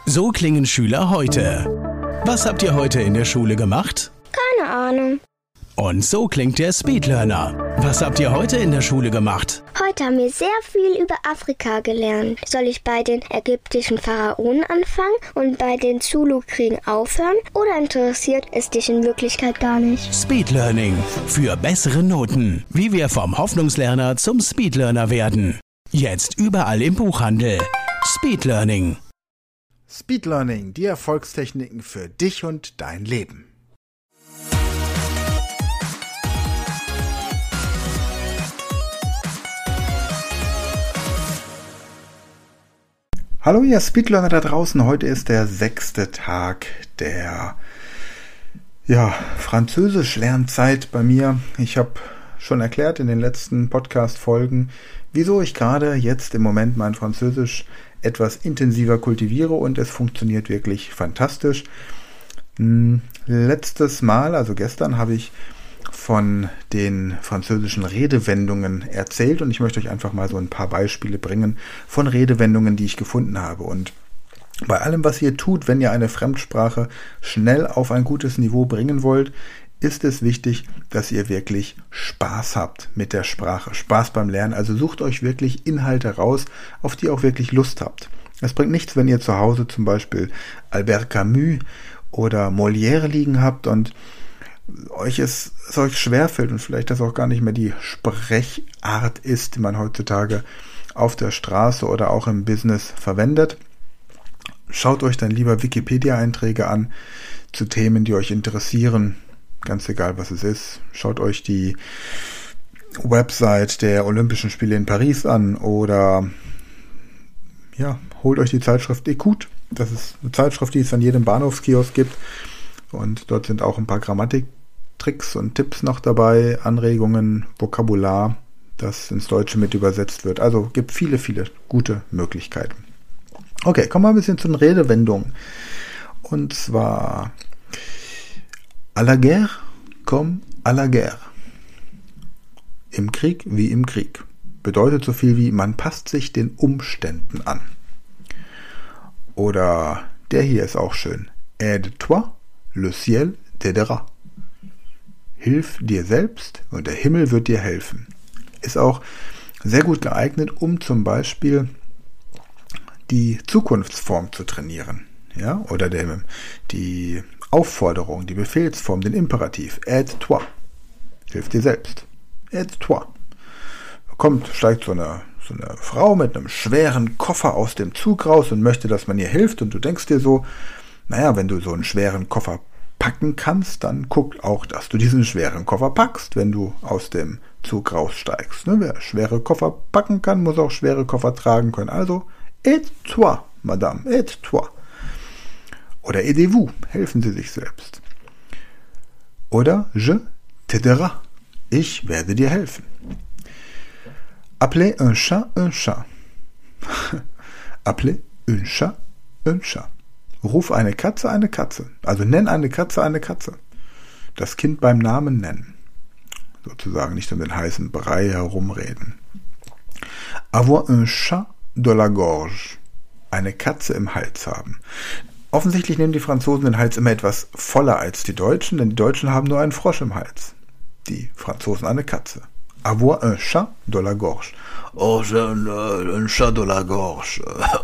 So klingen Schüler heute. Was habt ihr heute in der Schule gemacht? Keine Ahnung. Und so klingt der Speedlearner. Was habt ihr heute in der Schule gemacht? Heute haben wir sehr viel über Afrika gelernt. Soll ich bei den ägyptischen Pharaonen anfangen und bei den Zulu-Kriegen aufhören? Oder interessiert es dich in Wirklichkeit gar nicht? Speedlearning. Für bessere Noten. Wie wir vom Hoffnungslerner zum Speedlearner werden. Jetzt überall im Buchhandel. Speedlearning. Speedlearning, die Erfolgstechniken für dich und dein Leben. Hallo ihr Speedlearner da draußen, heute ist der 6. Tag der Französisch-Lernzeit bei mir. Ich habe schon erklärt in den letzten Podcast-Folgen, wieso ich gerade jetzt im Moment mein Französisch etwas intensiver kultiviere und es funktioniert wirklich fantastisch. Letztes Mal, also gestern, habe ich von den französischen Redewendungen erzählt und ich möchte euch einfach mal so ein paar Beispiele bringen von Redewendungen, die ich gefunden habe. Und bei allem, was ihr tut, wenn ihr eine Fremdsprache schnell auf ein gutes Niveau bringen wollt, ist es wichtig, dass ihr wirklich Spaß habt mit der Sprache, Spaß beim Lernen. Also sucht euch wirklich Inhalte raus, auf die ihr auch wirklich Lust habt. Es bringt nichts, wenn ihr zu Hause zum Beispiel Albert Camus oder Molière liegen habt und es euch schwerfällt und vielleicht das auch gar nicht mehr die Sprechart ist, die man heutzutage auf der Straße oder auch im Business verwendet. Schaut euch dann lieber Wikipedia-Einträge an zu Themen, die euch interessieren, ganz egal was es ist. Schaut euch die Website der Olympischen Spiele in Paris an oder holt euch die Zeitschrift Écoute. Das ist eine Zeitschrift, die es an jedem Bahnhofskiosk gibt. Und dort sind auch ein paar Grammatiktricks und Tipps noch dabei, Anregungen, Vokabular, das ins Deutsche mit übersetzt wird. Also gibt viele, viele gute Möglichkeiten. Okay, kommen wir ein bisschen zu den Redewendungen. Und zwar à la guerre comme à la guerre. Im Krieg wie im Krieg. Bedeutet so viel wie man passt sich den Umständen an. Oder der hier ist auch schön. Aide-toi. Le ciel t'aidera. Hilf dir selbst und der Himmel wird dir helfen. Ist auch sehr gut geeignet, um zum Beispiel die Zukunftsform zu trainieren. Ja? Oder die Aufforderung, die Befehlsform, den Imperativ. Aide-toi. Hilf dir selbst. Aide-toi. Steigt so eine Frau mit einem schweren Koffer aus dem Zug raus und möchte, dass man ihr hilft und du denkst dir so, wenn du so einen schweren Koffer packen kannst, dann guck auch, dass du diesen schweren Koffer packst, wenn du aus dem Zug raussteigst. Wer schwere Koffer packen kann, muss auch schwere Koffer tragen können. Also, aide-toi, Madame, aide-toi. Oder aidez-vous, helfen Sie sich selbst. Oder je t'aiderai, ich werde dir helfen. Appelez un chat un chat. Appelez un chat un chat. Ruf eine Katze eine Katze. Also nenn eine Katze eine Katze. Das Kind beim Namen nennen. Sozusagen nicht um den heißen Brei herumreden. Avoir un chat de la gorge. Eine Katze im Hals haben. Offensichtlich nehmen die Franzosen den Hals immer etwas voller als die Deutschen, denn die Deutschen haben nur einen Frosch im Hals. Die Franzosen eine Katze. Avoir un chat de la gorge. Oh, j'ai un chat de la gorge.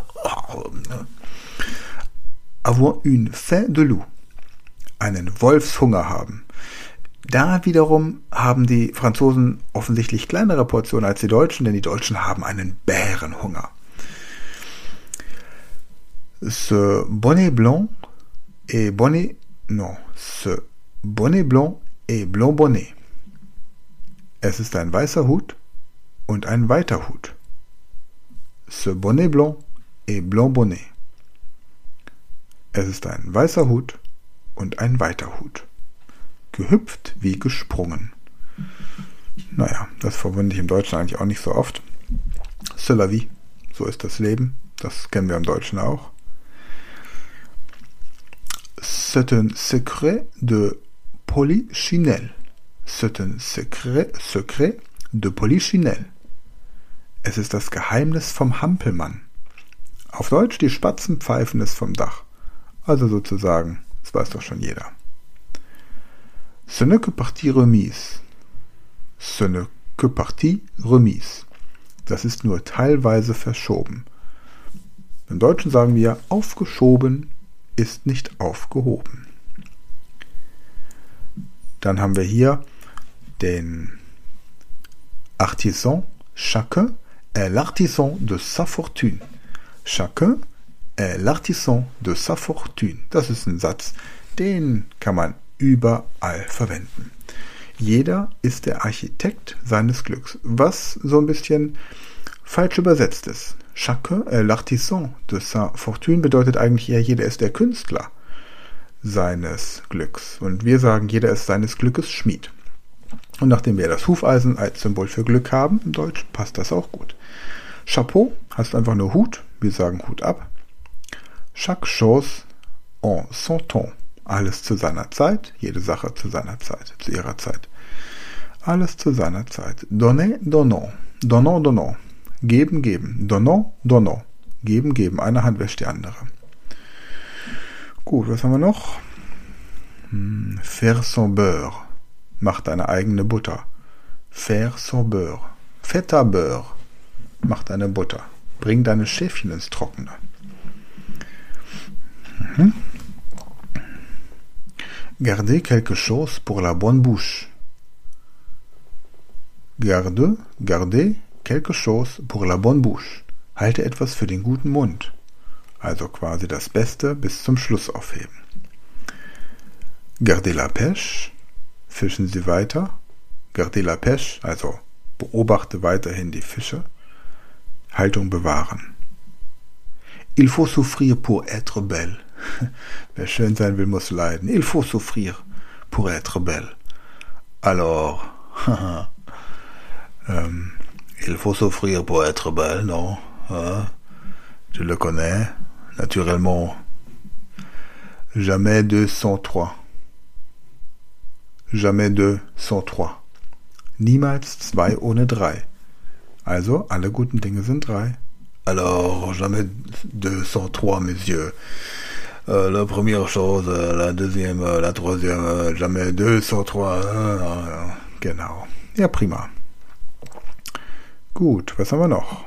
Avoir une faim de loup. Einen Wolfshunger haben. Da wiederum haben die Franzosen offensichtlich kleinere Portionen als die Deutschen, denn die Deutschen haben einen Bärenhunger. Ce bonnet blanc et bonnet... Non, ce bonnet blanc et blanc bonnet. Es ist ein weißer Hut und ein weiter Hut. Ce bonnet blanc et blanc bonnet. Es ist ein weißer Hut und ein weiter Hut. Gehüpft wie gesprungen. Das verwende ich im Deutschen eigentlich auch nicht so oft. C'est la vie. So ist das Leben. Das kennen wir im Deutschen auch. C'est un secret de Polichinelle. C'est un secret de Polichinelle. Es ist das Geheimnis vom Hampelmann. Auf Deutsch, die Spatzen pfeifen es vom Dach. Also sozusagen, das weiß doch schon jeder. Ce n'est que partie remise. Ce n'est que partie remise. Das ist nur teilweise verschoben. Im Deutschen sagen wir, aufgeschoben ist nicht aufgehoben. Dann haben wir hier den Artisan. Chacun est l'artisan de sa fortune. Chacun est l'artisan de sa fortune. Das ist ein Satz, den kann man überall verwenden. Jeder ist der Architekt seines Glücks, was so ein bisschen falsch übersetzt ist. Chacun est l'artisan de sa fortune bedeutet eigentlich eher, jeder ist der Künstler seines Glücks. Und wir sagen, jeder ist seines Glückes Schmied. Und nachdem wir das Hufeisen als Symbol für Glück haben, im Deutschen, passt das auch gut. Chapeau heißt einfach nur Hut, wir sagen Hut ab. Chaque chose en son temps. Alles zu seiner Zeit, jede Sache zu seiner Zeit, zu ihrer Zeit. Alles zu seiner Zeit. Donner, donnant. Donnant, donnant. Geben, geben. Donnant, donnant. Geben, geben. Eine Hand wäscht die andere. Gut, was haben wir noch? Faire son beurre. Mach deine eigene Butter. Faire son beurre. Fais ta beurre. Mach deine Butter. Bring deine Schäfchen ins Trockene. Gardez quelque chose pour la bonne bouche. Gardez quelque chose pour la bonne bouche. Halte etwas für den guten Mund. Also quasi das Beste bis zum Schluss aufheben. Gardez la pêche. Fischen Sie weiter. Gardez la pêche, also beobachte weiterhin die Fische. Haltung bewahren. Il faut souffrir pour être belle. Wer schön sein will, muss leiden. Il faut souffrir pour être belle. Alors, il faut souffrir pour être belle, non? Tu le connais, naturellement. Jamais 203. Jamais 203. Niemals 2 ohne 3. Also, alle guten Dinge sind 3. Alors, jamais 203, messieurs. La première chose, la deuxième, la troisième, jamais 203. Genau. Ja, prima. Gut, was haben wir noch?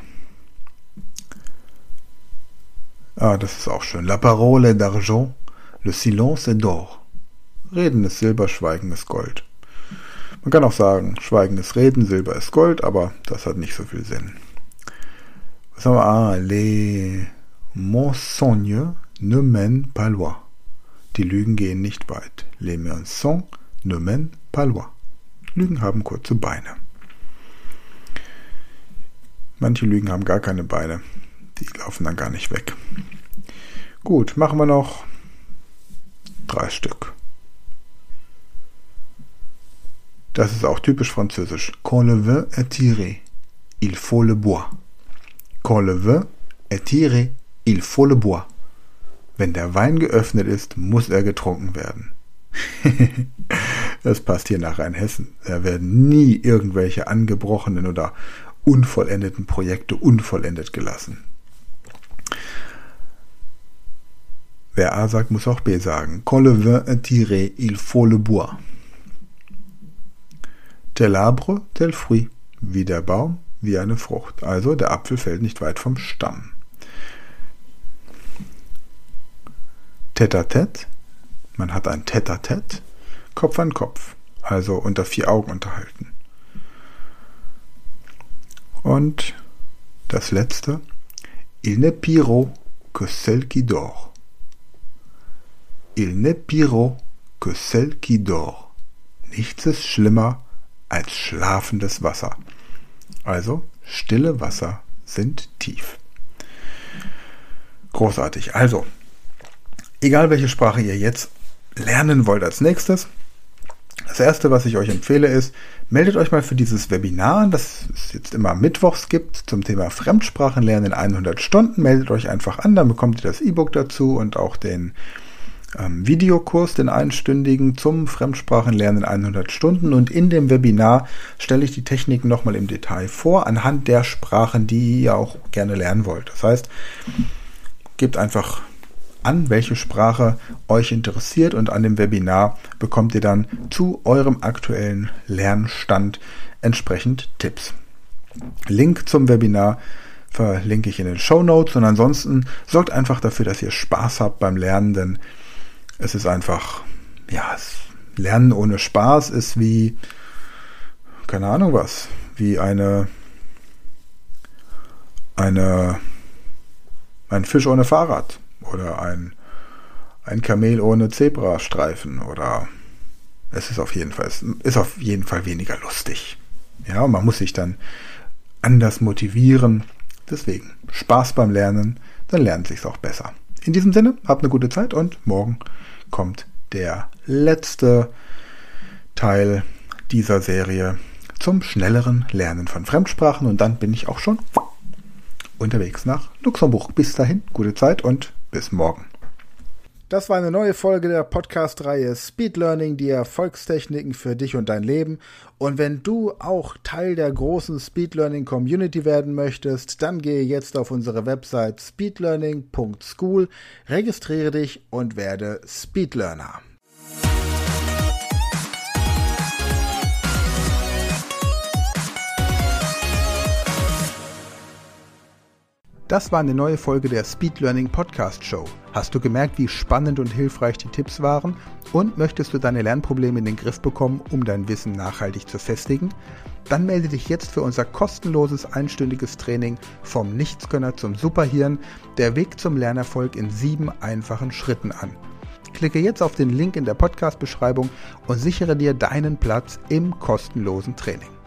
Ah, das ist auch schön. La parole est d'argent, le silence est d'or. Reden ist Silber, Schweigen ist Gold. Man kann auch sagen, Schweigen ist Reden, Silber ist Gold, aber das hat nicht so viel Sinn. Was haben wir? Ah, les mensonges ne mènent pas loin. Die Lügen gehen nicht weit. Les mensonges ne mènent pas loin. Lügen haben kurze Beine. Manche Lügen haben gar keine Beine. Die laufen dann gar nicht weg. Gut, machen wir noch 3 Stück. Das ist auch typisch französisch. Quand le vin est tiré, il faut le boire. Quand le vin est tiré, il faut le boire. Wenn der Wein geöffnet ist, muss er getrunken werden. Das passt hier nach Rheinhessen. Da werden nie irgendwelche angebrochenen oder unvollendeten Projekte unvollendet gelassen. Wer A sagt, muss auch B sagen. Quand le vin est tiré, il faut le boire. Tel arbre, tel fruit. Wie der Baum, wie eine Frucht. Also der Apfel fällt nicht weit vom Stamm. Tête-à-tête. Man hat ein Tête-à-tête. Kopf an Kopf. Also unter 4 Augen unterhalten. Und das letzte. Il n'est pire que celle qui dort. Il n'est pire que celle qui dort. Nichts ist schlimmer als schlafendes Wasser. Also, stille Wasser sind tief. Großartig. Also, egal welche Sprache ihr jetzt lernen wollt als nächstes, das erste, was ich euch empfehle, ist, meldet euch mal für dieses Webinar, das es jetzt immer mittwochs gibt, zum Thema Fremdsprachenlernen in 100 Stunden. Meldet euch einfach an, dann bekommt ihr das E-Book dazu und auch den Videokurs, den einstündigen zum Fremdsprachenlernen in 100 Stunden. Und in dem Webinar stelle ich die Techniken nochmal im Detail vor, anhand der Sprachen, die ihr auch gerne lernen wollt. Das heißt, gebt einfach an, welche Sprache euch interessiert, und an dem Webinar bekommt ihr dann zu eurem aktuellen Lernstand entsprechend Tipps. Link zum Webinar verlinke ich in den Shownotes, und ansonsten sorgt einfach dafür, dass ihr Spaß habt beim Lernen, denn es ist einfach, Lernen ohne Spaß ist wie, keine Ahnung was, wie ein Fisch ohne Fahrrad oder ein Kamel ohne Zebrastreifen, oder es ist auf jeden Fall weniger lustig. Ja, und man muss sich dann anders motivieren. Deswegen Spaß beim Lernen, dann lernt sich's auch besser. In diesem Sinne, habt eine gute Zeit, und morgen kommt der letzte Teil dieser Serie zum schnelleren Lernen von Fremdsprachen, und dann bin ich auch schon unterwegs nach Luxemburg. Bis dahin, gute Zeit und bis morgen. Das war eine neue Folge der Podcast-Reihe Speed Learning, die Erfolgstechniken für dich und dein Leben. Und wenn du auch Teil der großen Speed Learning Community werden möchtest, dann gehe jetzt auf unsere Website speedlearning.school, registriere dich und werde Speed Learner. Das war eine neue Folge der Speed Learning Podcast Show. Hast du gemerkt, wie spannend und hilfreich die Tipps waren? Und möchtest du deine Lernprobleme in den Griff bekommen, um dein Wissen nachhaltig zu festigen? Dann melde dich jetzt für unser kostenloses einstündiges Training vom Nichtskönner zum Superhirn, der Weg zum Lernerfolg in 7 einfachen Schritten an. Klicke jetzt auf den Link in der Podcast-Beschreibung und sichere dir deinen Platz im kostenlosen Training.